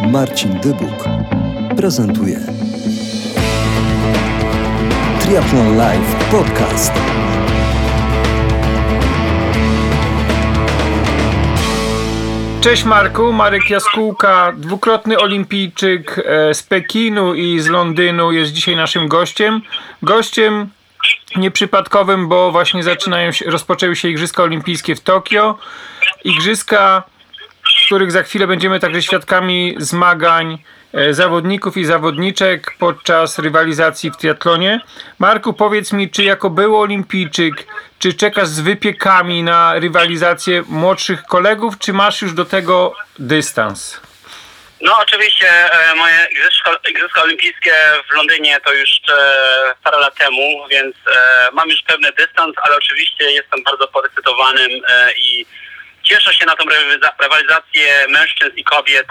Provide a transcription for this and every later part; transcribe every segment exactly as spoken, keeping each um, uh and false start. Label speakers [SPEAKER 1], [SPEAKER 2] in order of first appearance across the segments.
[SPEAKER 1] Marcin Dybuk prezentuje Triathlon Live Podcast.
[SPEAKER 2] Cześć Marku, Marek Jaskółka, dwukrotny olimpijczyk z Pekinu i z Londynu jest dzisiaj naszym gościem. Gościem nieprzypadkowym, bo właśnie zaczynają się, rozpoczęły się Igrzyska Olimpijskie w Tokio. Igrzyska, w których za chwilę będziemy także świadkami zmagań zawodników i zawodniczek podczas rywalizacji w triatlonie. Marku, powiedz mi, czy jako były olimpijczyk, czy czekasz z wypiekami na rywalizację młodszych kolegów, czy masz już do tego dystans?
[SPEAKER 3] No oczywiście e, moje igrzyska, igrzyska olimpijskie w Londynie to już e, parę lat temu, więc e, mam już pewny dystans, ale oczywiście jestem bardzo podekscytowanym e, i cieszę się na tą rywalizację mężczyzn i kobiet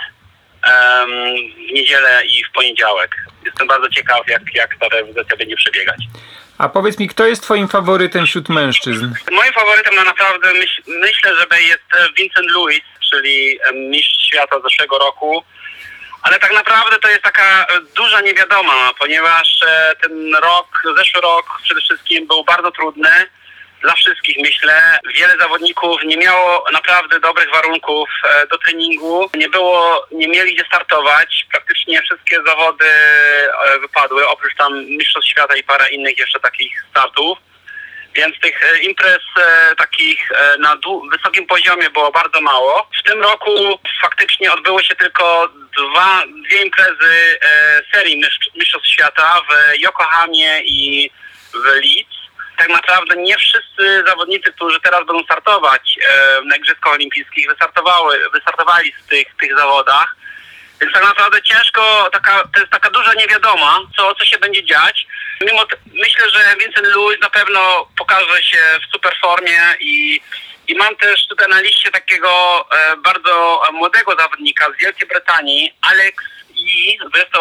[SPEAKER 3] e, w niedzielę i w poniedziałek. Jestem bardzo ciekaw, jak, jak ta rywalizacja będzie przebiegać.
[SPEAKER 2] A powiedz mi, kto jest twoim faworytem wśród mężczyzn?
[SPEAKER 3] Moim faworytem no naprawdę myśl, myślę, że jest Vincent Luis, czyli mistrz świata z zeszłego roku. Ale tak naprawdę to jest taka duża niewiadoma, ponieważ ten rok, zeszły rok przede wszystkim był bardzo trudny dla wszystkich, myślę. Wiele zawodników nie miało naprawdę dobrych warunków do treningu, nie było, nie mieli gdzie startować. Praktycznie wszystkie zawody wypadły, oprócz tam mistrzostw świata i parę innych jeszcze takich startów. Więc tych imprez e, takich e, na dłu- wysokim poziomie było bardzo mało. W tym roku faktycznie odbyły się tylko dwa, dwie imprezy e, serii mistrz- Mistrzostw Świata w Yokohamie i w Leeds. Tak naprawdę nie wszyscy zawodnicy, którzy teraz będą startować e, na Igrzyskach Olimpijskich, wystartowały, wystartowali w tych, tych zawodach. Więc tak naprawdę ciężko, taka, to jest taka duża niewiadoma, co, co się będzie dziać. Mimo t- myślę, że Vincent Luis na pewno pokaże się w super formie i, i mam też tutaj na liście takiego e, bardzo młodego zawodnika z Wielkiej Brytanii, Alex Yee,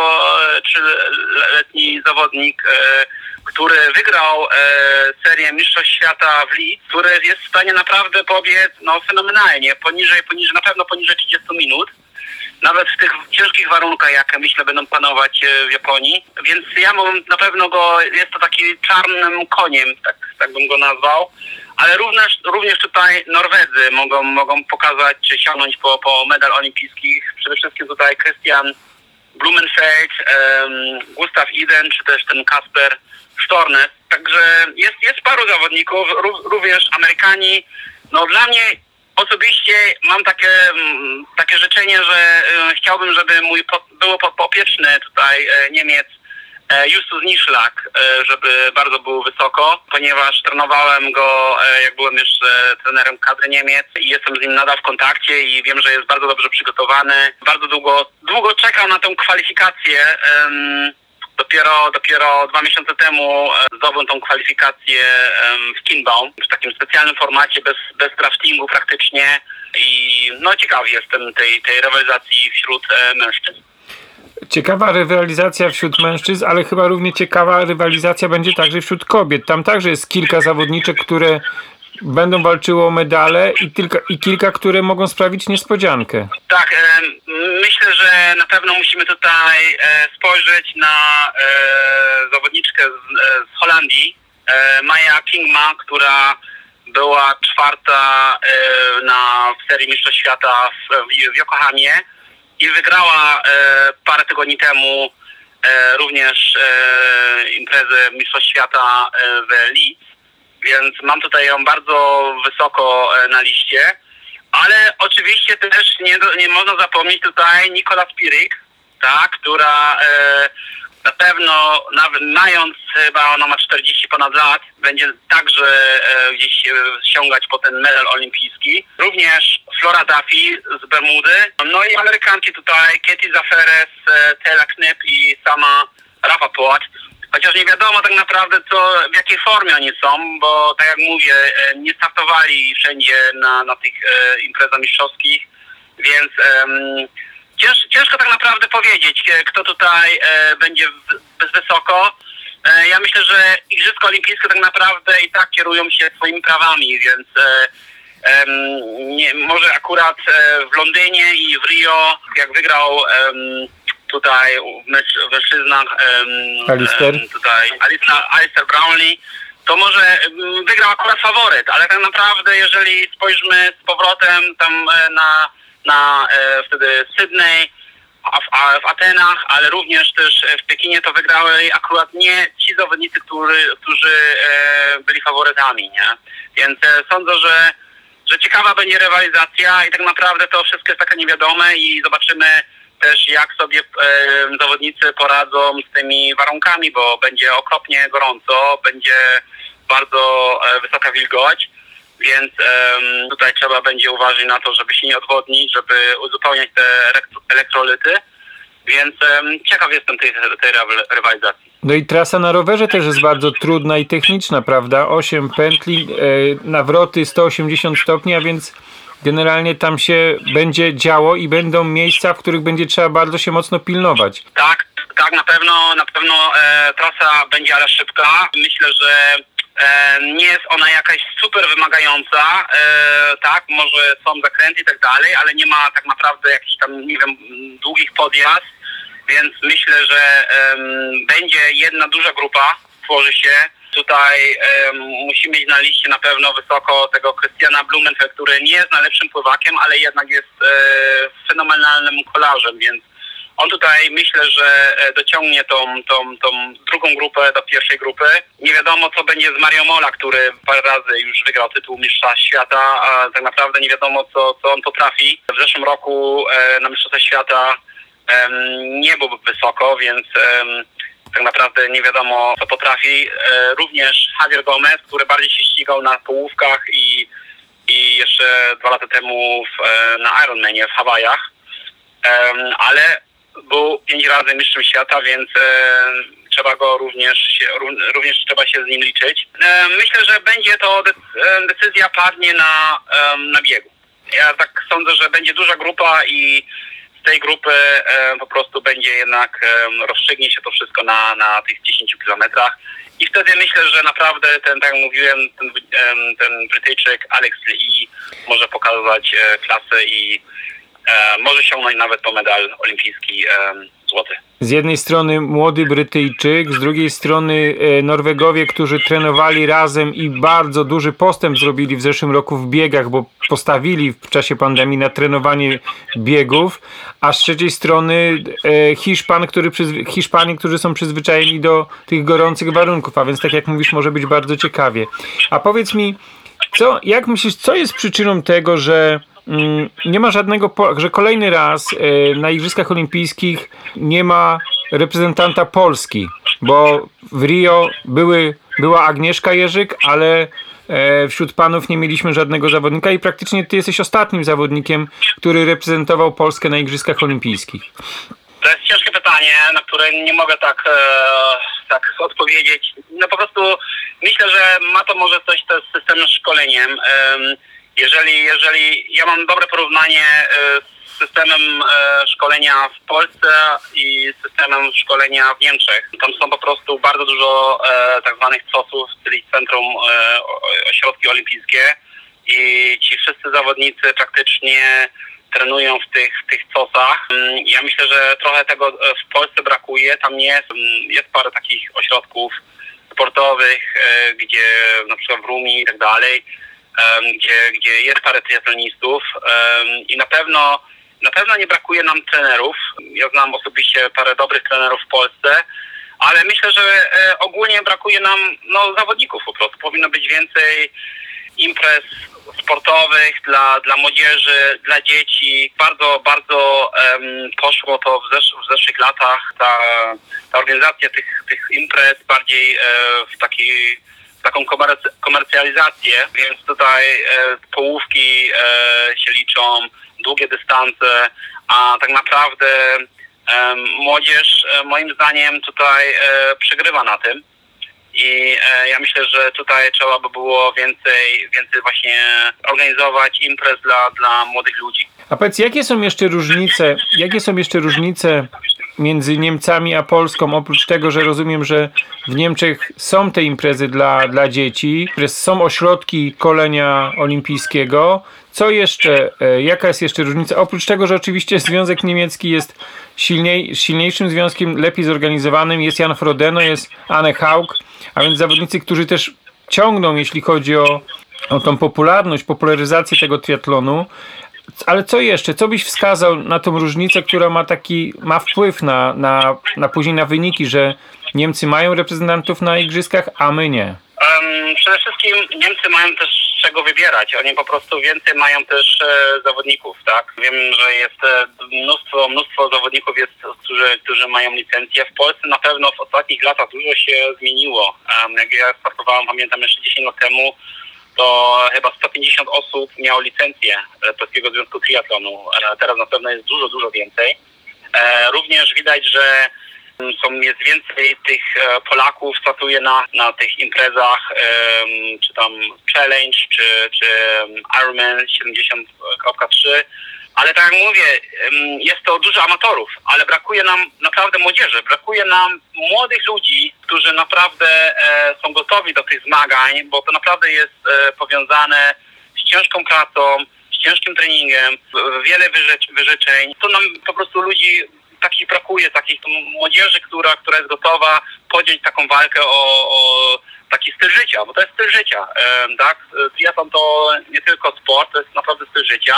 [SPEAKER 3] dwudziestotrzyletni zawodnik, e, który wygrał e, serię Mistrzostw Świata w Leeds, który jest w stanie naprawdę pobiec no, fenomenalnie, poniżej, poniżej, na pewno poniżej trzydziestu minut. Nawet w tych ciężkich warunkach, jakie myślę będą panować w Japonii. Więc ja mam na pewno go, jest to taki czarnym koniem, tak, tak bym go nazwał. Ale również, również tutaj Norwedzy mogą, mogą pokazać, czy sięgnąć po, po medal olimpijski. Przede wszystkim tutaj Christian Blumenfeld, um, Gustav Iden, czy też ten Kasper Stornes. Także jest, jest paru zawodników, również Amerykanie. No dla mnie osobiście mam takie, takie życzenie, że e, chciałbym, żeby mój po, było podopieczny tutaj e, Niemiec e, Justus Niszlak, e, żeby bardzo był wysoko, ponieważ trenowałem go, e, jak byłem jeszcze trenerem kadry Niemiec i jestem z nim nadal w kontakcie i wiem, że jest bardzo dobrze przygotowany. Bardzo długo, długo czekał na tę kwalifikację. E, Dopiero, dopiero dwa miesiące temu zdobył tą kwalifikację w Kinbaum, w takim specjalnym formacie, bez, bez draftingu praktycznie. I no ciekawy jestem tej, tej rywalizacji wśród e, mężczyzn.
[SPEAKER 2] Ciekawa rywalizacja wśród mężczyzn, ale chyba równie ciekawa rywalizacja będzie także wśród kobiet. Tam także jest kilka zawodniczek, które będą walczyły o medale i, tylko, i kilka, które mogą sprawić niespodziankę.
[SPEAKER 3] Tak, e, myślę, że na pewno musimy tutaj e, spojrzeć na e, zawodniczkę z, e, z Holandii, e, Maja Kingma, która była czwarta e, na w serii Mistrzostw Świata w, w, w Yokohamie i wygrała e, parę tygodni temu e, również e, imprezę Mistrzostw Świata e, w Leeds. Więc mam tutaj ją bardzo wysoko na liście, ale oczywiście też nie, nie można zapomnieć tutaj Nicola Spirig, tak, która e, na pewno, nawet mając chyba, ona ma czterdzieści ponad lat, będzie także e, gdzieś e, sięgać po ten medal olimpijski. Również Flora Duffy z Bermudy, no i Amerykanki tutaj, Katie Zaferes, e, Taylor Knipp i sama Rapaport. Chociaż nie wiadomo tak naprawdę, co, w jakiej formie oni są, bo tak jak mówię, nie startowali wszędzie na, na tych e, imprezach mistrzowskich, więc e, cięż, ciężko tak naprawdę powiedzieć, kto tutaj e, będzie w, wysoko. E, ja myślę, że Igrzyska Olimpijskie tak naprawdę i tak kierują się swoimi prawami, więc e, nie, może akurat w Londynie i w Rio, jak wygrał tutaj w mężczyznach
[SPEAKER 2] Alistair.
[SPEAKER 3] tutaj Alistair, Alistair Brownlee, to może wygrał akurat faworyt, ale tak naprawdę jeżeli spojrzymy z powrotem tam na, na wtedy Sydney, w, w Atenach, ale również też w Pekinie, to wygrały akurat nie ci zawodnicy, którzy, którzy byli faworytami, nie? Więc sądzę, że, że ciekawa będzie rywalizacja i tak naprawdę to wszystko jest takie niewiadome i zobaczymy też, jak sobie e, zawodnicy poradzą z tymi warunkami, bo będzie okropnie gorąco, będzie bardzo e, wysoka wilgoć, więc e, tutaj trzeba będzie uważać na to, żeby się nie odwodnić, żeby uzupełniać te elektrolyty, więc e, ciekaw jestem tej, tej rywalizacji.
[SPEAKER 2] No i trasa na rowerze też jest bardzo trudna i techniczna, prawda? osiem pętli, e, nawroty sto osiemdziesiąt stopni, a więc generalnie tam się będzie działo i będą miejsca, w których będzie trzeba bardzo się mocno pilnować.
[SPEAKER 3] Tak, tak, na pewno, na pewno e, trasa będzie ale szybka. Myślę, że e, nie jest ona jakaś super wymagająca, e, tak, może są zakręty i tak dalej, ale nie ma tak naprawdę jakichś tam, nie wiem, długich podjazd, więc myślę, że e, będzie jedna duża grupa, tworzy się. Tutaj e, musimy mieć na liście na pewno wysoko tego Christiana Blumenfeld, który nie jest najlepszym pływakiem, ale jednak jest e, fenomenalnym kolarzem, więc on tutaj myślę, że dociągnie tą, tą, tą drugą grupę do pierwszej grupy. Nie wiadomo, co będzie z Mario Mola, który parę razy już wygrał tytuł mistrza świata, a tak naprawdę nie wiadomo, co, co on potrafi. W zeszłym roku e, na mistrzostwach świata e, nie był wysoko, więc e, tak naprawdę nie wiadomo, co potrafi. E, również Javier Gomez, który bardziej się ścigał na połówkach i, i jeszcze dwa lata temu w, e, na Ironmanie w Hawajach. E, ale był pięć razy mistrzem świata, więc e, trzeba go również, się, również trzeba się z nim liczyć. E, myślę, że będzie to de- decyzja padnie na, e, na biegu. Ja tak sądzę, że będzie duża grupa i z tej grupy e, po prostu będzie jednak e, rozstrzygnie się to wszystko na, na tych dziesięciu kilometrach. I wtedy myślę, że naprawdę ten, tak jak mówiłem, ten, e, ten Brytyjczyk Alex Lee może pokazać e, klasę i e, może sięgnąć nawet po medal olimpijski e, złoty.
[SPEAKER 2] Z jednej strony młody Brytyjczyk, z drugiej strony e, Norwegowie, którzy trenowali razem i bardzo duży postęp zrobili w zeszłym roku w biegach, bo postawili w czasie pandemii na trenowanie biegów, a z trzeciej strony e, Hiszpan, który przyzwy- Hiszpanie, którzy są przyzwyczajeni do tych gorących warunków, a więc tak jak mówisz, może być bardzo ciekawie. A powiedz mi, co, jak myślisz, co jest przyczyną tego, że mm, nie ma żadnego, po- że kolejny raz e, na Igrzyskach Olimpijskich nie ma reprezentanta Polski, bo w Rio były, była Agnieszka Jerzyk, ale e, wśród panów nie mieliśmy żadnego zawodnika i praktycznie ty jesteś ostatnim zawodnikiem, który reprezentował Polskę na Igrzyskach Olimpijskich.
[SPEAKER 3] To jest ciężkie pytanie, na które nie mogę tak, e, tak odpowiedzieć. No po prostu myślę, że ma to może coś też z systemem szkoleniem. E, jeżeli, jeżeli ja mam dobre porównanie e, z systemem e, szkolenia w Polsce i systemem szkolenia w Niemczech. Tam są po prostu bardzo dużo e, tak zwanych C O S-ów, czyli Centrum e, Ośrodki Olimpijskie i ci wszyscy zawodnicy praktycznie trenują w tych, w tych C O S-ach. Ja myślę, że trochę tego w Polsce brakuje. Tam jest, jest parę takich ośrodków sportowych, gdzie na przykład w Rumii i tak dalej, gdzie, gdzie jest parę triatlonistów i na pewno na pewno nie brakuje nam trenerów. Ja znam osobiście parę dobrych trenerów w Polsce, ale myślę, że ogólnie brakuje nam no, zawodników po prostu. Powinno być więcej imprez sportowych dla, dla młodzieży, dla dzieci. Bardzo, bardzo um, poszło to w, zesz- w zeszłych latach. Ta, ta organizacja tych, tych imprez bardziej e, w taki, taką komerc- komercjalizację, więc tutaj e, połówki e, się liczą, długie dystanse, a tak naprawdę e, młodzież e, moim zdaniem tutaj e, przegrywa na tym. I e, ja myślę, że tutaj trzeba by było więcej, więcej właśnie organizować imprez dla, dla młodych ludzi.
[SPEAKER 2] A powiedz, jakie są jeszcze różnice, jakie są jeszcze różnice między Niemcami a Polską, oprócz tego, że rozumiem, że w Niemczech są te imprezy dla, dla dzieci, są ośrodki szkolenia olimpijskiego. Co jeszcze, jaka jest jeszcze różnica? Oprócz tego, że oczywiście Związek Niemiecki jest silniej, silniejszym związkiem, lepiej zorganizowanym, jest Jan Frodeno, jest Anne Haug, a więc zawodnicy, którzy też ciągną, jeśli chodzi o, o tą popularność, popularyzację tego triatlonu. Ale co jeszcze? Co byś wskazał na tą różnicę, która ma taki, ma wpływ na, na, na później na wyniki, że Niemcy mają reprezentantów na igrzyskach, a my nie?
[SPEAKER 3] Um, przede wszystkim Niemcy mają też czego wybierać. Oni po prostu więcej mają też e, zawodników, tak? Wiem, że jest e, mnóstwo, mnóstwo zawodników, jest, którzy, którzy mają licencję. W Polsce na pewno w ostatnich latach dużo się zmieniło. Um, jak ja startowałem, pamiętam jeszcze dziesięć lat temu, to chyba sto pięćdziesiąt osób miało licencję Polskiego Związku Triatlonu. E, teraz na pewno jest dużo, dużo więcej. E, również widać, że Są, jest więcej tych e, Polaków, startuje na, na tych imprezach, e, czy tam Challenge, czy, czy Ironman siedemdziesiąt trzy, ale tak jak mówię, jest to dużo amatorów, ale brakuje nam naprawdę młodzieży, brakuje nam młodych ludzi, którzy naprawdę e, są gotowi do tych zmagań, bo to naprawdę jest e, powiązane z ciężką pracą, z ciężkim treningiem, wiele wyrzecz, wyrzeczeń. To nam po prostu ludzi takich brakuje, takich młodzieży, która, która jest gotowa podjąć taką walkę o, o taki styl życia, bo to jest styl życia, e, tak? Triatlon to nie tylko sport, to jest naprawdę styl życia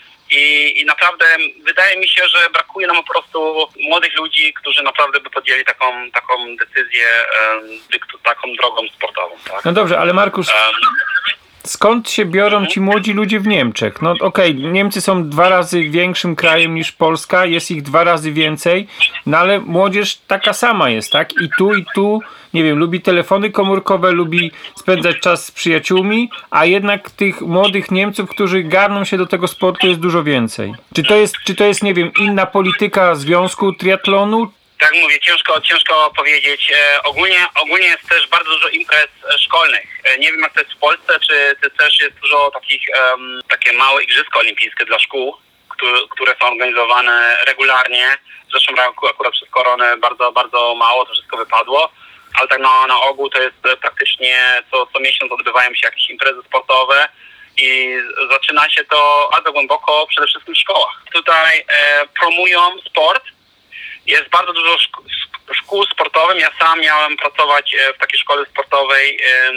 [SPEAKER 3] i, i naprawdę wydaje mi się, że brakuje nam po prostu młodych ludzi, którzy naprawdę by podjęli taką, taką decyzję, e, taką drogą sportową, tak?
[SPEAKER 2] No dobrze, ale Markus, um, skąd się biorą ci młodzi ludzie w Niemczech? No okej, okay, Niemcy są dwa razy większym krajem niż Polska, jest ich dwa razy więcej, no ale młodzież taka sama jest, tak? I tu, i tu, nie wiem, lubi telefony komórkowe, lubi spędzać czas z przyjaciółmi, a jednak tych młodych Niemców, którzy garną się do tego sportu, jest dużo więcej. Czy to jest, czy to jest, nie wiem, inna polityka Związku Triatlonu?
[SPEAKER 3] Tak mówię, ciężko, ciężko powiedzieć. E, ogólnie, ogólnie jest też bardzo dużo imprez szkolnych. E, nie wiem, jak to jest w Polsce, czy, czy też jest dużo takich um, takie małe igrzyska olimpijskie dla szkół, które, które są organizowane regularnie. W zeszłym roku akurat przez koronę bardzo, bardzo mało to wszystko wypadło, ale tak na, na ogół to jest praktycznie co, co miesiąc odbywają się jakieś imprezy sportowe i zaczyna się to bardzo głęboko przede wszystkim w szkołach. Tutaj e, promują sport. Jest bardzo dużo szk- szkół sportowych. Ja sam miałem pracować w takiej szkole sportowej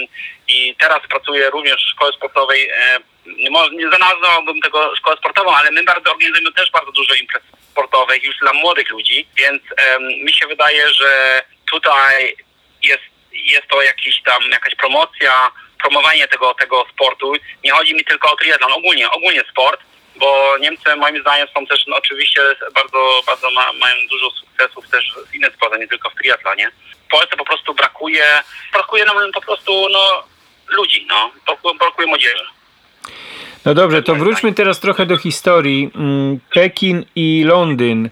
[SPEAKER 3] i teraz pracuję również w szkole sportowej. Nie, nie nazwałbym tego szkołą sportową, ale my bardzo organizujemy też bardzo dużo imprez sportowych już dla młodych ludzi, więc um, mi się wydaje, że tutaj jest, jest to jakiś tam, jakaś promocja, promowanie tego, tego sportu. Nie chodzi mi tylko o triatlon, ogólnie, ogólnie sport. Bo Niemcy moim zdaniem są też no, oczywiście bardzo, bardzo ma, mają dużo sukcesów też w innych sportach, nie tylko w triatlonie. W Polsce po prostu brakuje, brakuje nam po prostu no, ludzi, no, brakuje młodzieży.
[SPEAKER 2] No dobrze, to wróćmy teraz trochę do historii. Pekin i Londyn.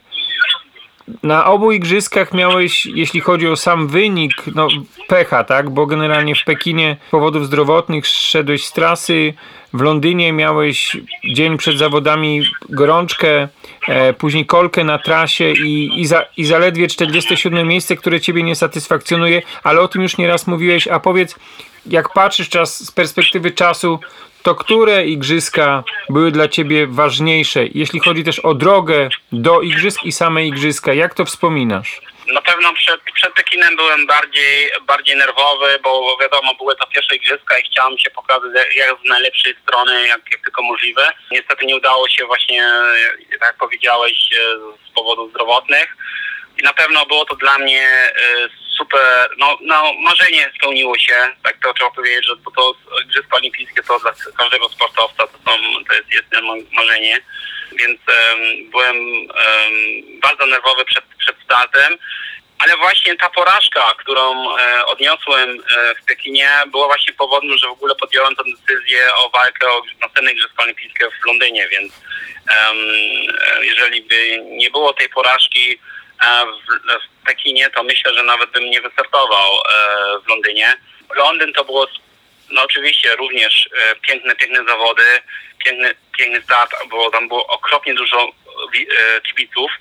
[SPEAKER 2] Na obu igrzyskach miałeś, jeśli chodzi o sam wynik, no pecha, tak? Bo generalnie w Pekinie z powodów zdrowotnych szedłeś z trasy, w Londynie miałeś dzień przed zawodami gorączkę, e, później kolkę na trasie i, i, za, i zaledwie czterdzieste siódme miejsce, które ciebie nie satysfakcjonuje, ale o tym już nieraz mówiłeś, a powiedz, jak patrzysz czas, z perspektywy czasu, to które igrzyska były dla ciebie ważniejsze, jeśli chodzi też o drogę do igrzysk i same igrzyska? Jak to wspominasz?
[SPEAKER 3] Na pewno przed, przed Pekinem byłem bardziej, bardziej nerwowy, bo wiadomo, były to pierwsze igrzyska i chciałem się pokazać jak z najlepszej strony, jak, jak tylko możliwe. Niestety nie udało się właśnie, tak jak powiedziałeś, z powodów zdrowotnych. I na pewno było to dla mnie super, no, no marzenie spełniło się, tak to trzeba powiedzieć, że bo to Igrzyska Olimpijskie to dla każdego sportowca to, są, to jest jedno marzenie, więc um, byłem um, bardzo nerwowy przed, przed startem, ale właśnie ta porażka, którą e, odniosłem e, w Pekinie była właśnie powodem, że w ogóle podjąłem tę decyzję o walkę o następne Igrzyska Olimpijskie w Londynie, więc um, jeżeli by nie było tej porażki W, w Pekinie, to myślę, że nawet bym nie wystartował e, w Londynie. Londyn to było, no oczywiście również e, piękne, piękne zawody, piękny, piękny start, bo tam było okropnie dużo e, kibiców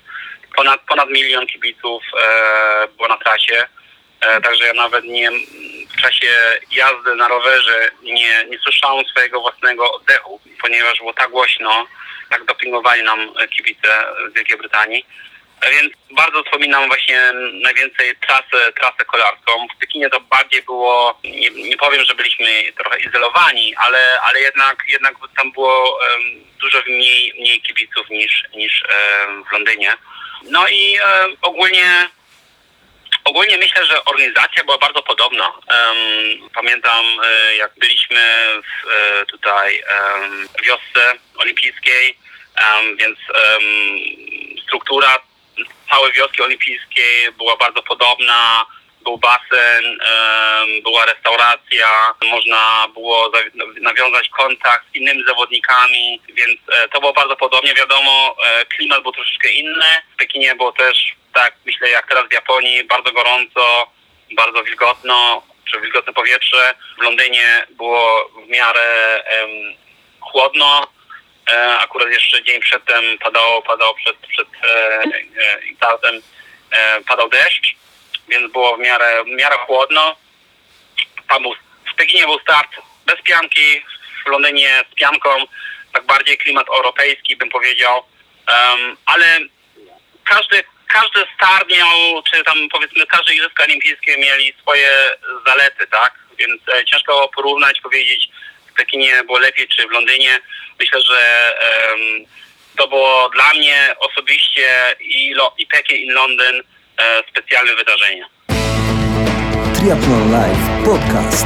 [SPEAKER 3] ponad, ponad milion kibiców e, było na trasie. E, także ja nawet nie w czasie jazdy na rowerze nie, nie słyszałem swojego własnego oddechu, ponieważ było tak głośno, tak dopingowali nam kibice z Wielkiej Brytanii. E, więc bardzo wspominam właśnie najwięcej trasę, trasę kolarską. W Pekinie to bardziej było, nie, nie powiem, że byliśmy trochę izolowani, ale, ale jednak, jednak tam było um, dużo mniej, mniej kibiców niż, niż um, w Londynie. No i um, ogólnie Ogólnie myślę, że organizacja była bardzo podobna. Um, pamiętam, e, jak byliśmy w, e, tutaj um, w wiosce olimpijskiej, um, więc um, struktura całej wioski olimpijskiej była bardzo podobna. Był basen, um, była restauracja, można było zawi- nawiązać kontakt z innymi zawodnikami, więc e, to było bardzo podobnie. Wiadomo, e, klimat był troszeczkę inny. W Pekinie było też, tak myślę, jak teraz w Japonii, bardzo gorąco, bardzo wilgotno, czy wilgotne powietrze. W Londynie było w miarę em, chłodno. E, akurat jeszcze dzień przedtem padało, padało przed, przed e, e, e, padał deszcz, więc było w miarę, w miarę chłodno. Tam był, w Pekinie był start bez pianki, w Londynie z pianką, tak bardziej klimat europejski bym powiedział, um, ale każdy Każdy start miał, czy tam powiedzmy każde Igrzyska Olimpijskie mieli swoje zalety, tak? Więc e, ciężko porównać, powiedzieć w Pekinie było lepiej, czy w Londynie. Myślę, że e, to było dla mnie osobiście i, Lo- i Pekin, i Londyn e, specjalne wydarzenie.
[SPEAKER 1] Triathlon Live Podcast.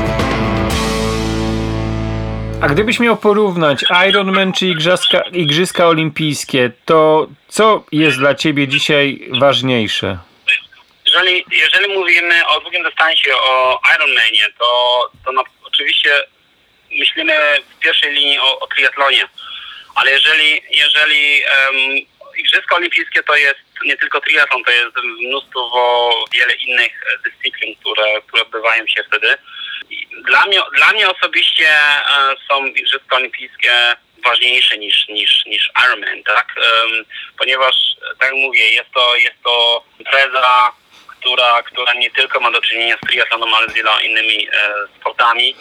[SPEAKER 2] A gdybyś miał porównać Ironman czy Igrzyska, Igrzyska Olimpijskie, to co jest dla ciebie dzisiaj ważniejsze?
[SPEAKER 3] Jeżeli, jeżeli mówimy o długim dystansie, o Ironmanie, to, to na, oczywiście myślimy w pierwszej linii o, o triatlonie. Ale jeżeli, jeżeli um, Igrzyska Olimpijskie to jest nie tylko triatlon, to jest mnóstwo wiele innych dyscyplin, które, które odbywają się wtedy. Dla mnie, dla mnie osobiście e, są Igrzyska Olimpijskie ważniejsze niż, niż, niż Ironman, tak? Um, ponieważ, tak jak mówię, jest to, jest to impreza, która, która nie tylko ma do czynienia z triatlonem, ale z wieloma innymi e, sportami.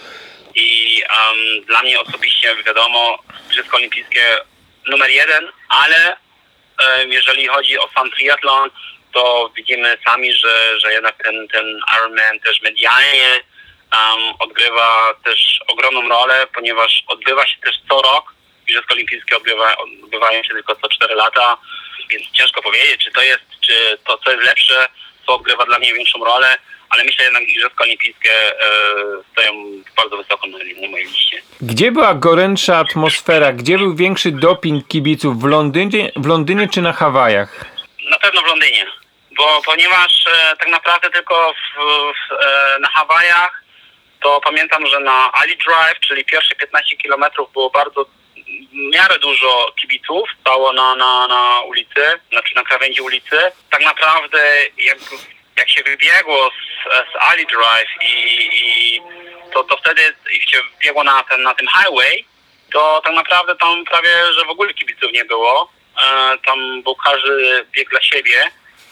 [SPEAKER 3] I um, dla mnie osobiście, wiadomo, Igrzyska Olimpijskie numer jeden, ale e, jeżeli chodzi o sam triatlon, to widzimy sami, że, że jednak ten, ten Ironman też medialnie Um, odgrywa też ogromną rolę, ponieważ odbywa się też co rok. Igrzyska Olimpijskie odbywa, odbywają się tylko co cztery lata, więc ciężko powiedzieć, czy to jest, czy to co jest lepsze, co odgrywa dla mnie większą rolę, ale myślę jednak, że Igrzyska Olimpijskie e, stoją bardzo wysoko na, na mojej liście.
[SPEAKER 2] Gdzie była gorętsza atmosfera? Gdzie był większy doping kibiców? W Londynie, w Londynie czy na Hawajach?
[SPEAKER 3] Na pewno w Londynie, bo ponieważ e, tak naprawdę tylko w, w, e, na Hawajach to pamiętam, że na Ali Drive, czyli pierwsze piętnaście kilometrów było bardzo, w miarę dużo kibiców, stało na, na, na ulicy, znaczy na krawędzi ulicy. Tak naprawdę jak, jak się wybiegło z, z Ali Drive i, i to, to wtedy jak się biegło na, ten, na tym highway, to tak naprawdę tam prawie, że w ogóle kibiców nie było. E, tam był każdy bieg dla siebie,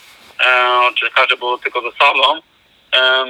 [SPEAKER 3] e, czyli każdy był tylko ze sobą. Um,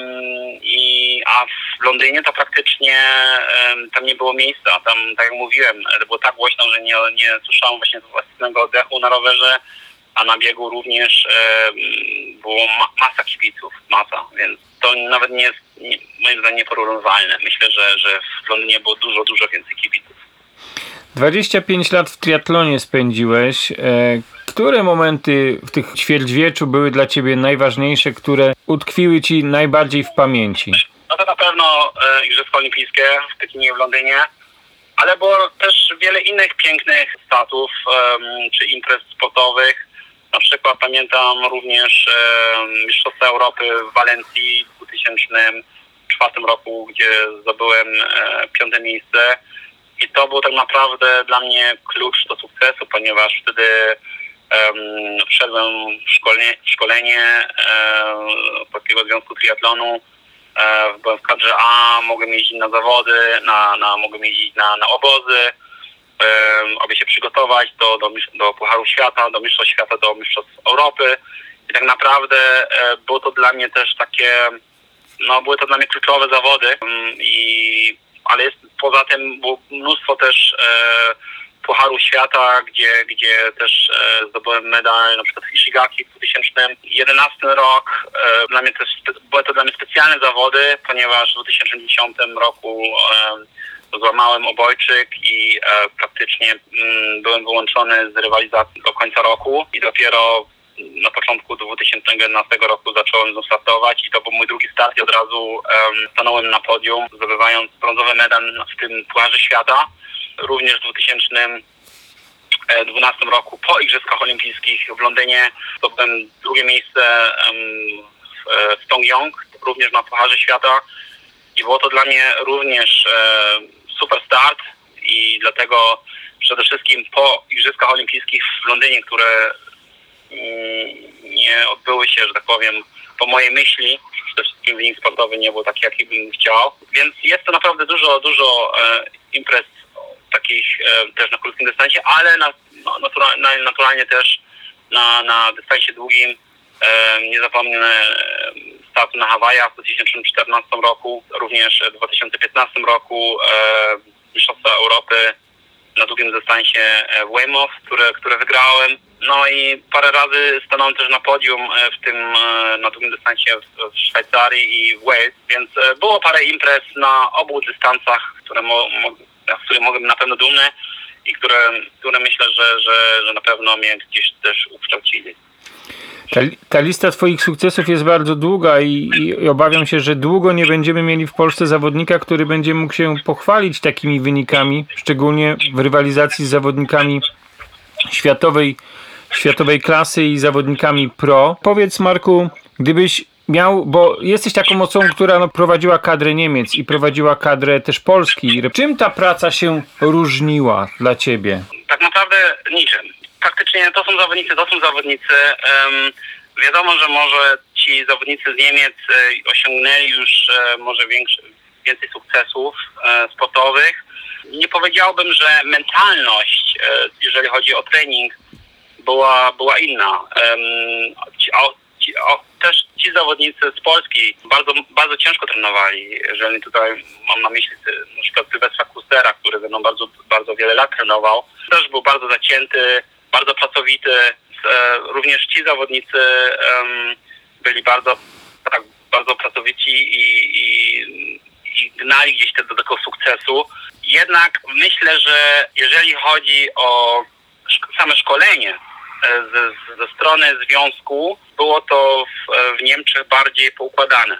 [SPEAKER 3] i, a w Londynie to praktycznie um, tam nie było miejsca. Tam, tak jak mówiłem, było tak głośno, że nie, nie słyszałem właśnie własnego oddechu na rowerze, a na biegu również um, było ma- masa kibiców, masa, więc to nawet nie jest, nie, moim zdaniem, nieporównywalne. Myślę, że, że w Londynie było dużo, dużo więcej kibiców.
[SPEAKER 2] dwadzieścia pięć lat w triatlonie spędziłeś. Które momenty w tych ćwierćwieczu były dla ciebie najważniejsze, które utkwiły ci najbardziej w pamięci?
[SPEAKER 3] No to na pewno e, Igrzyska Olimpijskie w Pekinie i w Londynie, ale było też wiele innych pięknych statów e, czy imprez sportowych. Na przykład pamiętam również e, Mistrzostwa Europy w Walencji w dwa tysiące czwartym roku, gdzie zdobyłem e, piąte miejsce. I to był tak naprawdę dla mnie klucz do sukcesu, ponieważ wtedy um, wszedłem w szkolenie, w szkolenie um, Polskiego Związku Triatlonu. Um, byłem w kadrze A, mogłem jeździć na zawody, na, na, mogłem jeździć na, na obozy. aby się przygotować do, do, do Pucharu Świata, do Mistrzostw Świata, do Mistrzostw Europy. I tak naprawdę było to dla mnie też takie, no były to dla mnie kluczowe zawody, i, ale jest, poza tym było mnóstwo też e, Pucharu Świata, gdzie, gdzie też e, zdobyłem medal, na przykład w Ishigaki w dwa tysiące jedenastym rok. E, dla mnie też, były to dla mnie specjalne zawody, ponieważ w dwa tysiące dziesiątym roku e, złamałem obojczyk i e, praktycznie mm, byłem wyłączony z rywalizacji do końca roku i dopiero na początku dwa tysiące jedenastego roku zacząłem znów startować i to był mój drugi start i od razu um, stanąłem na podium, zdobywając brązowy medal w tym Pucharze Świata. Również w dwa tysiące dwunastym roku po Igrzyskach Olimpijskich w Londynie zdobyłem drugie miejsce um, w, w Pjongjang, również na Pucharze Świata i było to dla mnie również e, super start i dlatego przede wszystkim po Igrzyskach Olimpijskich w Londynie, które nie odbyły się, że tak powiem, po mojej myśli. Przede wszystkim wynik sportowy nie był taki, jaki bym chciał. Więc jest to naprawdę dużo, dużo e, imprez takich e, też na krótkim dystansie, ale na, no, natura, na, naturalnie też na, na dystansie długim. E, nie zapomnę startu na Hawajach w dwa tysiące czternastym roku, również w dwa tysiące piętnastym roku e, Mistrzostwa Europy na długim dystansie w Weymouth, które, które wygrałem. No i parę razy stanąłem też na podium w tym, na długim dystansie w Szwajcarii i w Wales, więc było parę imprez na obu dystansach, które mo, mo, z których mogłem na pewno dumny i które, które myślę, że, że, że na pewno mnie gdzieś też ukształcili.
[SPEAKER 2] Ta, ta lista twoich sukcesów jest bardzo długa i, i obawiam się, że długo nie będziemy mieli w Polsce zawodnika, który będzie mógł się pochwalić takimi wynikami, szczególnie w rywalizacji z zawodnikami światowej, światowej klasy i zawodnikami pro. Powiedz, Marku, gdybyś miał, bo jesteś taką osobą, która no, prowadziła kadrę Niemiec i prowadziła kadrę też Polski. Czym ta praca się różniła dla ciebie?
[SPEAKER 3] Tak naprawdę niczym. Faktycznie to są zawodnicy, to są zawodnicy. Um, wiadomo, że może ci zawodnicy z Niemiec e, osiągnęli już e, może większy, więcej sukcesów e, sportowych. Nie powiedziałbym, że mentalność, e, jeżeli chodzi o trening, była, była inna. Um, ci, o, ci, o, też ci zawodnicy z Polski bardzo, bardzo ciężko trenowali. Jeżeli tutaj mam na myśli na przykład Sylwestra Kustera, który ze mną bardzo, bardzo wiele lat trenował, też był bardzo zacięty, bardzo pracowity. Również ci zawodnicy um, byli bardzo, tak, bardzo pracowici i, i, i gnali gdzieś te, do tego sukcesu. Jednak myślę, że jeżeli chodzi o szk- same szkolenie ze, ze strony związku, było to w, w Niemczech bardziej poukładane.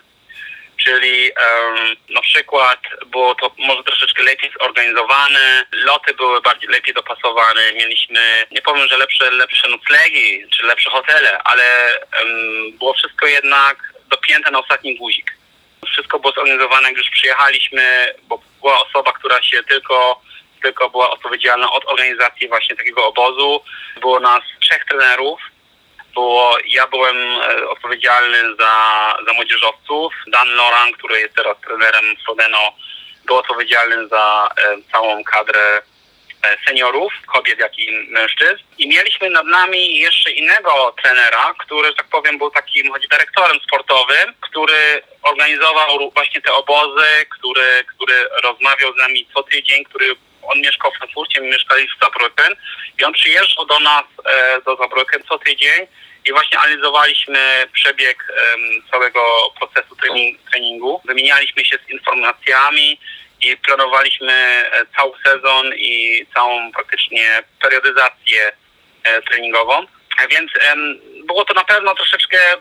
[SPEAKER 3] Czyli um, na przykład było to może troszeczkę lepiej zorganizowane, loty były bardziej lepiej dopasowane, mieliśmy, nie powiem, że lepsze, lepsze noclegi czy lepsze hotele, ale um, było wszystko jednak dopięte na ostatni guzik. Wszystko było zorganizowane, jak już przyjechaliśmy, bo była osoba, która się tylko, tylko była odpowiedzialna od organizacji właśnie takiego obozu. Było nas trzech trenerów. Było, ja byłem e, odpowiedzialny za, za młodzieżowców. Dan Loran, który jest teraz trenerem Frodeno, był odpowiedzialny za e, całą kadrę e, seniorów, kobiet jak i mężczyzn. I mieliśmy nad nami jeszcze innego trenera, który, że tak powiem, był takim choć dyrektorem sportowym, który organizował właśnie te obozy, który, który rozmawiał z nami co tydzień, który on mieszkał w Frankfurcie, my mieszkaliśmy w Saarbrücken i on przyjeżdżał do nas e, do Saarbrücken co tydzień i właśnie analizowaliśmy przebieg e, całego procesu trening, treningu. Wymienialiśmy się z informacjami i planowaliśmy e, cały sezon i całą praktycznie periodyzację e, treningową. A więc e, było to na pewno troszeczkę e,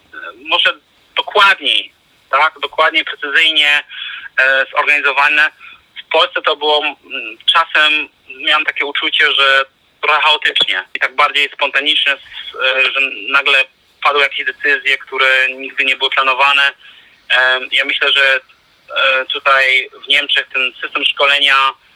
[SPEAKER 3] może dokładniej, tak, dokładniej, precyzyjnie e, zorganizowane. W Polsce to było czasem, miałem takie uczucie, że trochę chaotycznie i tak bardziej spontanicznie, że nagle padły jakieś decyzje, które nigdy nie były planowane. Ja myślę, że tutaj w Niemczech ten system szkolenia,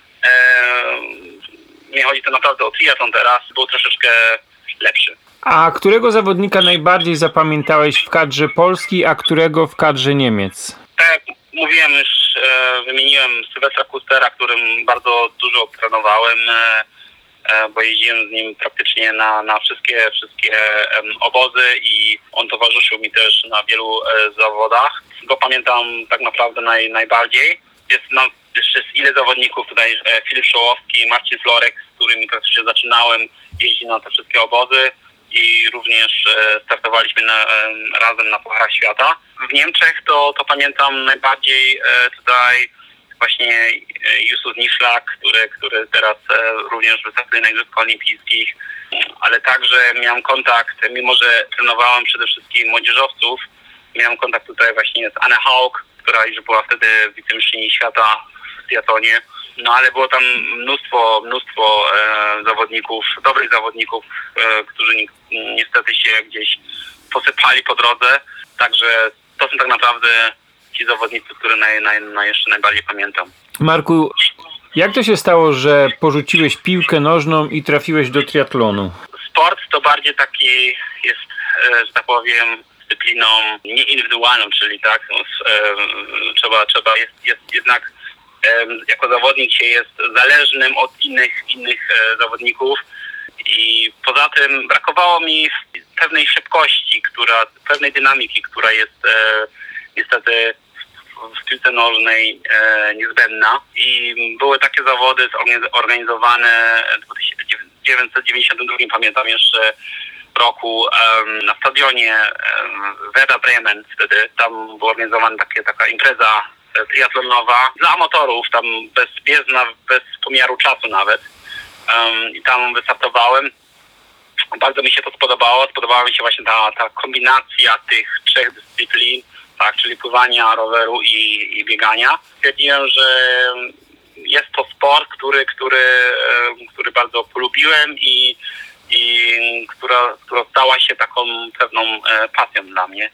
[SPEAKER 3] nie chodzi to naprawdę o triatlon teraz, był troszeczkę lepszy.
[SPEAKER 2] A którego zawodnika najbardziej zapamiętałeś w kadrze Polski, a którego w kadrze Niemiec?
[SPEAKER 3] Tak jak mówiłem już e, wymieniłem Sylwestra Kustera, którym bardzo dużo trenowałem, e, e, bo jeździłem z nim praktycznie na, na wszystkie, wszystkie e, obozy i on towarzyszył mi też na wielu e, zawodach. Go pamiętam tak naprawdę naj, najbardziej. Jest no, jeszcze ile zawodników tutaj, e, Filip Szołowski, Marcin Florek, z którymi praktycznie zaczynałem jeździć na te wszystkie obozy i również e, startowaliśmy na, e, razem na Pucharach Świata. W Niemczech to, to pamiętam najbardziej e, tutaj właśnie e, Justus Niszlak, który, który teraz e, również wystartuje na Igrzyskach Olimpijskich, ale także miałem kontakt, mimo że trenowałem przede wszystkim młodzieżowców, miałem kontakt tutaj właśnie z Anne Haug, która już była wtedy wicemistrzyni świata w triatlonie. No ale było tam mnóstwo, mnóstwo e, zawodników, dobrych zawodników, e, którzy ni- niestety się gdzieś posypali po drodze. Także to są tak naprawdę ci zawodnicy, które naj, naj, naj jeszcze najbardziej pamiętam.
[SPEAKER 2] Marku, jak to się stało, że porzuciłeś piłkę nożną i trafiłeś do triatlonu?
[SPEAKER 3] Sport to bardziej taki jest, e, że tak powiem, dyscypliną nieindywidualną, czyli tak, no, e, trzeba, trzeba jest, jest jednak jako zawodnik się jest zależnym od innych innych e, zawodników i poza tym brakowało mi pewnej szybkości, która, pewnej dynamiki, która jest e, niestety w, w piłce nożnej e, niezbędna i były takie zawody organizowane w tysiąc dziewięćset dziewięćdziesiątym drugim, pamiętam jeszcze roku um, na stadionie um, Werder Bremen, wtedy tam była organizowana takie, taka impreza triatlonowa dla amatorów, tam bez, bez, bez pomiaru czasu nawet. Um, I tam wystartowałem. Bardzo mi się to spodobało. Spodobała mi się właśnie ta, ta kombinacja tych trzech dyscyplin, tak, czyli pływania, roweru i, i biegania. Stwierdziłem, że jest to sport, który, który, który bardzo polubiłem i, i która, która stała się taką pewną pasją dla mnie.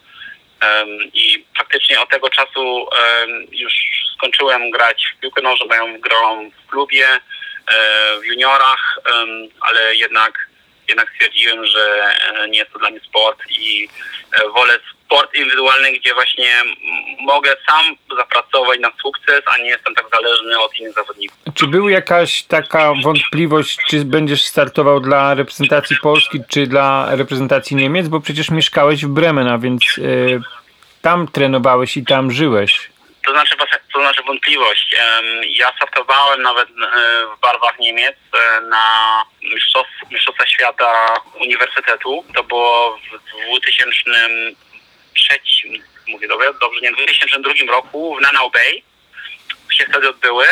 [SPEAKER 3] I praktycznie od tego czasu już skończyłem grać w piłkę nożną, grałem w klubie, w juniorach, ale jednak, jednak stwierdziłem, że nie jest to dla mnie sport i wolę sport indywidualny, gdzie właśnie mogę sam zapracować na sukces, a nie jestem tak zależny od innych zawodników.
[SPEAKER 2] Czy była jakaś taka wątpliwość, czy będziesz startował dla reprezentacji Polski, czy dla reprezentacji Niemiec? Bo przecież mieszkałeś w Bremen, a więc y, tam trenowałeś i tam żyłeś.
[SPEAKER 3] To znaczy, to znaczy wątpliwość. Ja startowałem nawet w barwach Niemiec na mistrzostw, Mistrzostwa Świata Uniwersytetu. To było w dwa tysiące trzecim, mówię dobrze, dobrze, nie, w dwa tysiące drugim roku w Nanau Bay się wtedy odbyły.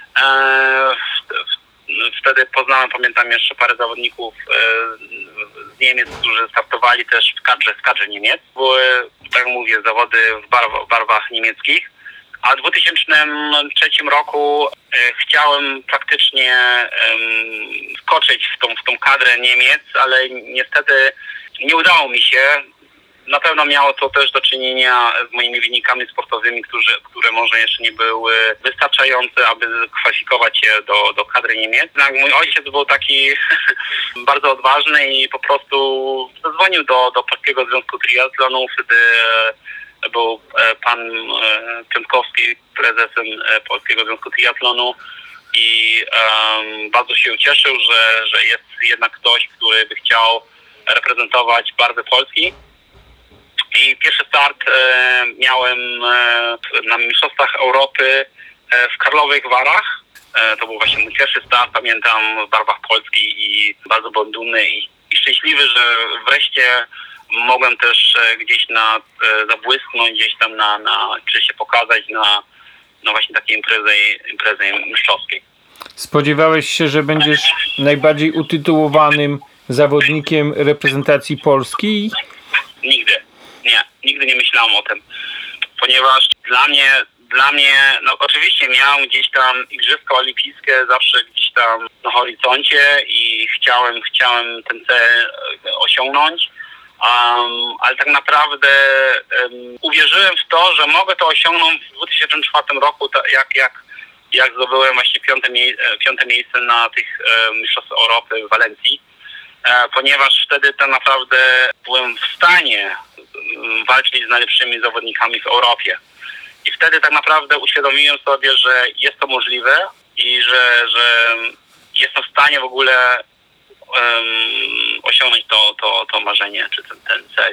[SPEAKER 3] Wtedy poznałem, pamiętam jeszcze parę zawodników z Niemiec, którzy startowali też w kadrze, w kadrze Niemiec. Były, tak mówię, zawody w, barw, w barwach niemieckich. A w dwa tysiące trzecim roku e, chciałem praktycznie e, wskoczyć w tą, w tą kadrę Niemiec, ale niestety nie udało mi się. Na pewno miało to też do czynienia z moimi wynikami sportowymi, którzy, które może jeszcze nie były wystarczające, aby kwalifikować się do, do kadry Niemiec. Jednak mój ojciec był taki bardzo odważny i po prostu zadzwonił do, do Polskiego Związku Triatlonu. Wtedy był pan Piątkowski prezesem Polskiego Związku Triatlonu i um, bardzo się ucieszył, że, że jest jednak ktoś, który by chciał reprezentować barwy Polski. I pierwszy start e, miałem e, na Mistrzostwach Europy e, w Karlowych Warach. E, to był właśnie mój pierwszy start, pamiętam, w barwach Polski i bardzo byłem dumny i, i szczęśliwy, że wreszcie mogłem też e, gdzieś na, e, zabłysnąć, gdzieś tam na, na, czy się pokazać na, na właśnie takiej imprezie, imprezie mistrzowskiej.
[SPEAKER 2] Spodziewałeś się, że będziesz najbardziej utytułowanym zawodnikiem reprezentacji Polski?
[SPEAKER 3] Nigdy. Nie, nigdy nie myślałem o tym, ponieważ dla mnie, dla mnie, no oczywiście miałem gdzieś tam Igrzyska Olimpijskie zawsze gdzieś tam na horyzoncie i chciałem, chciałem ten cel osiągnąć, um, ale tak naprawdę um, uwierzyłem w to, że mogę to osiągnąć w dwa tysiące czwartym roku, tak jak, jak, jak zdobyłem właśnie piąte, mie- piąte miejsce na tych um, Mistrzostwach Europy w Walencji, e, ponieważ wtedy tak naprawdę byłem w stanie walczyć z najlepszymi zawodnikami w Europie. I wtedy tak naprawdę uświadomiłem sobie, że jest to możliwe i że, że jestem w stanie w ogóle um, osiągnąć to, to, to marzenie, czy ten, ten cel.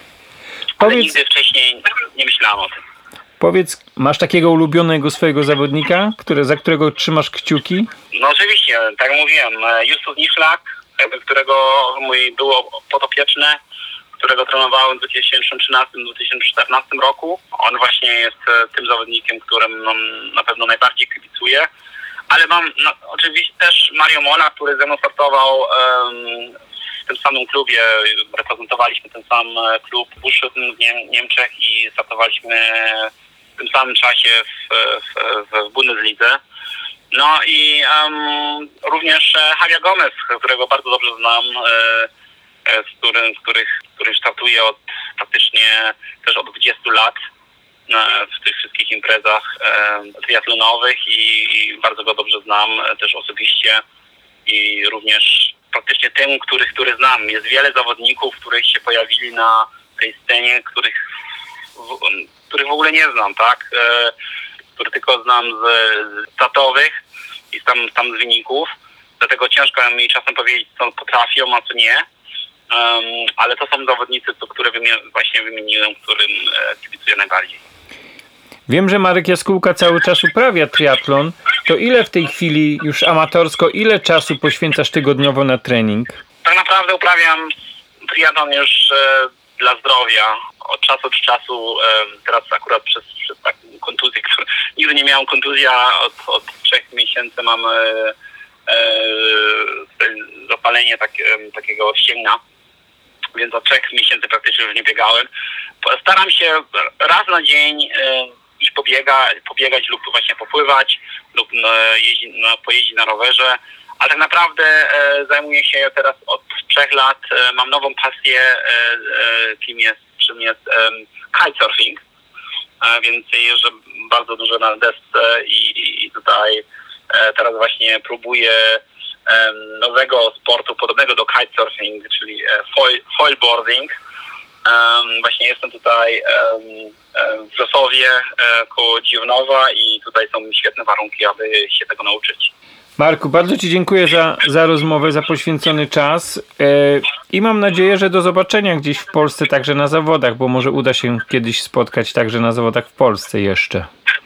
[SPEAKER 3] Ale
[SPEAKER 2] Powiedz...
[SPEAKER 3] nigdy wcześniej nie myślałem o tym.
[SPEAKER 2] Powiedz, masz takiego ulubionego swojego zawodnika, które, za którego trzymasz kciuki?
[SPEAKER 3] No oczywiście, tak jak mówiłem, Justus Niszlak, którego mój było podopieczne, którego trenowałem w dwa tysiące trzynastym do dwa tysiące czternastym roku. On właśnie jest tym zawodnikiem, którym no, na pewno najbardziej kibicuję. Ale mam no, oczywiście też Mario Mola, który ze mną startował um, w tym samym klubie. Reprezentowaliśmy ten sam klub w Buszyn w Niem- Niemczech i startowaliśmy w tym samym czasie w, w, w Bundeslidze. No i um, również Javier Gomez, którego bardzo dobrze znam, e, z którym, z których, który startuje od praktycznie też od dwudziestu lat e, w tych wszystkich imprezach e, triatlonowych i, i bardzo go dobrze znam e, też osobiście i również praktycznie tym, których, który znam. Jest wiele zawodników, których się pojawili na tej scenie, których w, których w ogóle nie znam, tak? E, które tylko znam z, z statowych i tam, tam z wyników. Dlatego ciężko mi czasem powiedzieć, co potrafią, a co nie. Um, ale to są zawodnicy, to, które wymie- właśnie wymieniłem, którym e, kibicuję najbardziej.
[SPEAKER 2] Wiem, że Marek Jaskółka cały czas uprawia triatlon. To ile w tej chwili już amatorsko, ile czasu poświęcasz tygodniowo na trening?
[SPEAKER 3] Tak naprawdę uprawiam triatlon już e, dla zdrowia. Od czasu do czasu, e, teraz akurat przez, przez taką kontuzję, którą nigdy nie miałem kontuzji, a od, od trzech miesięcy mam e, e, zapalenie tak, e, takiego ścięgna, więc od trzech miesięcy praktycznie już nie biegałem. Staram się raz na dzień e, iść pobiega, pobiegać lub właśnie popływać lub e, jeździ, no, pojeździć na rowerze, ale tak naprawdę e, zajmuję się teraz od trzech lat, e, mam nową pasję, e, e, kim jest, czym jest e, kitesurfing, e, więc jeżdżę bardzo dużo na desce i, i tutaj e, teraz właśnie próbuję e, nowego sportu podobnego do kitesurfing, czyli e, foil, foilboarding. Um, właśnie jestem tutaj um, w Rzeszowie e, koło Dziwnowa i tutaj są świetne warunki, aby się tego nauczyć.
[SPEAKER 2] Marku, bardzo Ci dziękuję za, za rozmowę, za poświęcony czas e, i mam nadzieję, że do zobaczenia gdzieś w Polsce także na zawodach, bo może uda się kiedyś spotkać także na zawodach w Polsce jeszcze.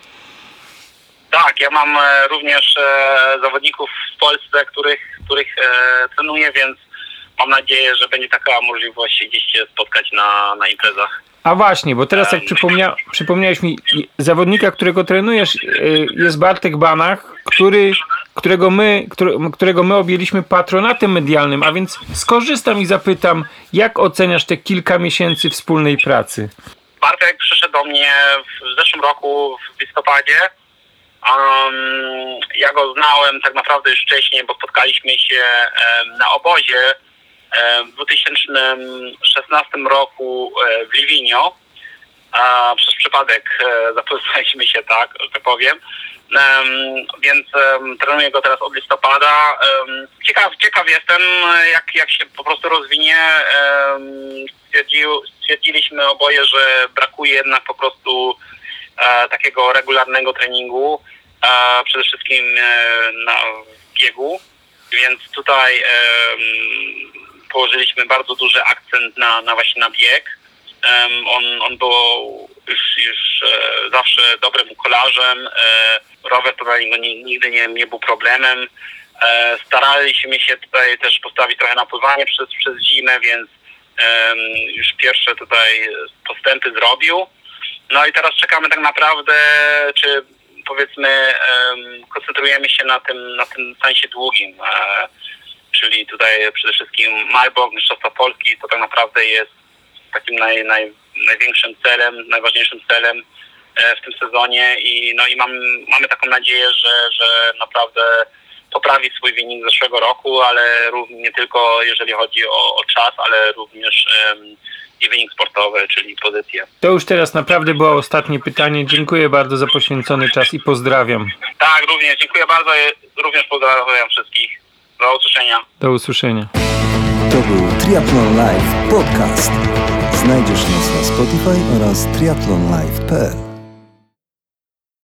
[SPEAKER 3] Tak, ja mam e, również e, zawodników w Polsce, których, których e, trenuję, więc mam nadzieję, że będzie taka możliwość gdzieś się spotkać na, na imprezach.
[SPEAKER 2] A właśnie, bo teraz jak przypomnia, przypomniałeś mi, zawodnika, którego trenujesz, jest Bartek Banach, który, którego, my, którego my objęliśmy patronatem medialnym, a więc skorzystam i zapytam, jak oceniasz te kilka miesięcy wspólnej pracy?
[SPEAKER 3] Bartek przyszedł do mnie w zeszłym roku w listopadzie. Um, ja go znałem tak naprawdę już wcześniej, bo spotkaliśmy się um, na obozie w dwa tysiące szesnastym roku w Livigno. A przez przypadek zapoznaliśmy się, tak, że tak powiem. Um, więc um, trenuję go teraz od listopada. Um, ciekaw, ciekaw jestem, jak, jak się po prostu rozwinie. Um, stwierdził, stwierdziliśmy oboje, że brakuje jednak po prostu e, takiego regularnego treningu, e, przede wszystkim e, na biegu. Więc tutaj e, położyliśmy bardzo duży akcent na, na właśnie na bieg. Um, on, on był już, już e, zawsze dobrym kolarzem. E, rower to dla niego nigdy nie, nie był problemem. E, staraliśmy się tutaj też postawić trochę na pływanie przez, przez zimę, więc e, już pierwsze tutaj postępy zrobił. No i teraz czekamy tak naprawdę, czy powiedzmy e, koncentrujemy się na tym, na tym sensie długim. E, czyli tutaj przede wszystkim Malbork, Mistrzostwa Polski, to tak naprawdę jest takim naj, naj, największym celem, najważniejszym celem e, w tym sezonie i no i mam, mamy taką nadzieję, że, że naprawdę poprawi swój wynik z zeszłego roku, ale również nie tylko jeżeli chodzi o, o czas, ale również um, i wynik sportowy, czyli pozycję.
[SPEAKER 2] To już teraz naprawdę było ostatnie pytanie. Dziękuję bardzo za poświęcony czas i pozdrawiam.
[SPEAKER 3] Tak, również dziękuję bardzo i również pozdrawiam wszystkich. Do usłyszenia.
[SPEAKER 2] Do usłyszenia.
[SPEAKER 1] To był Triathlon Live Podcast. Znajdziesz nas na Spotify oraz triathlon live kropka p l.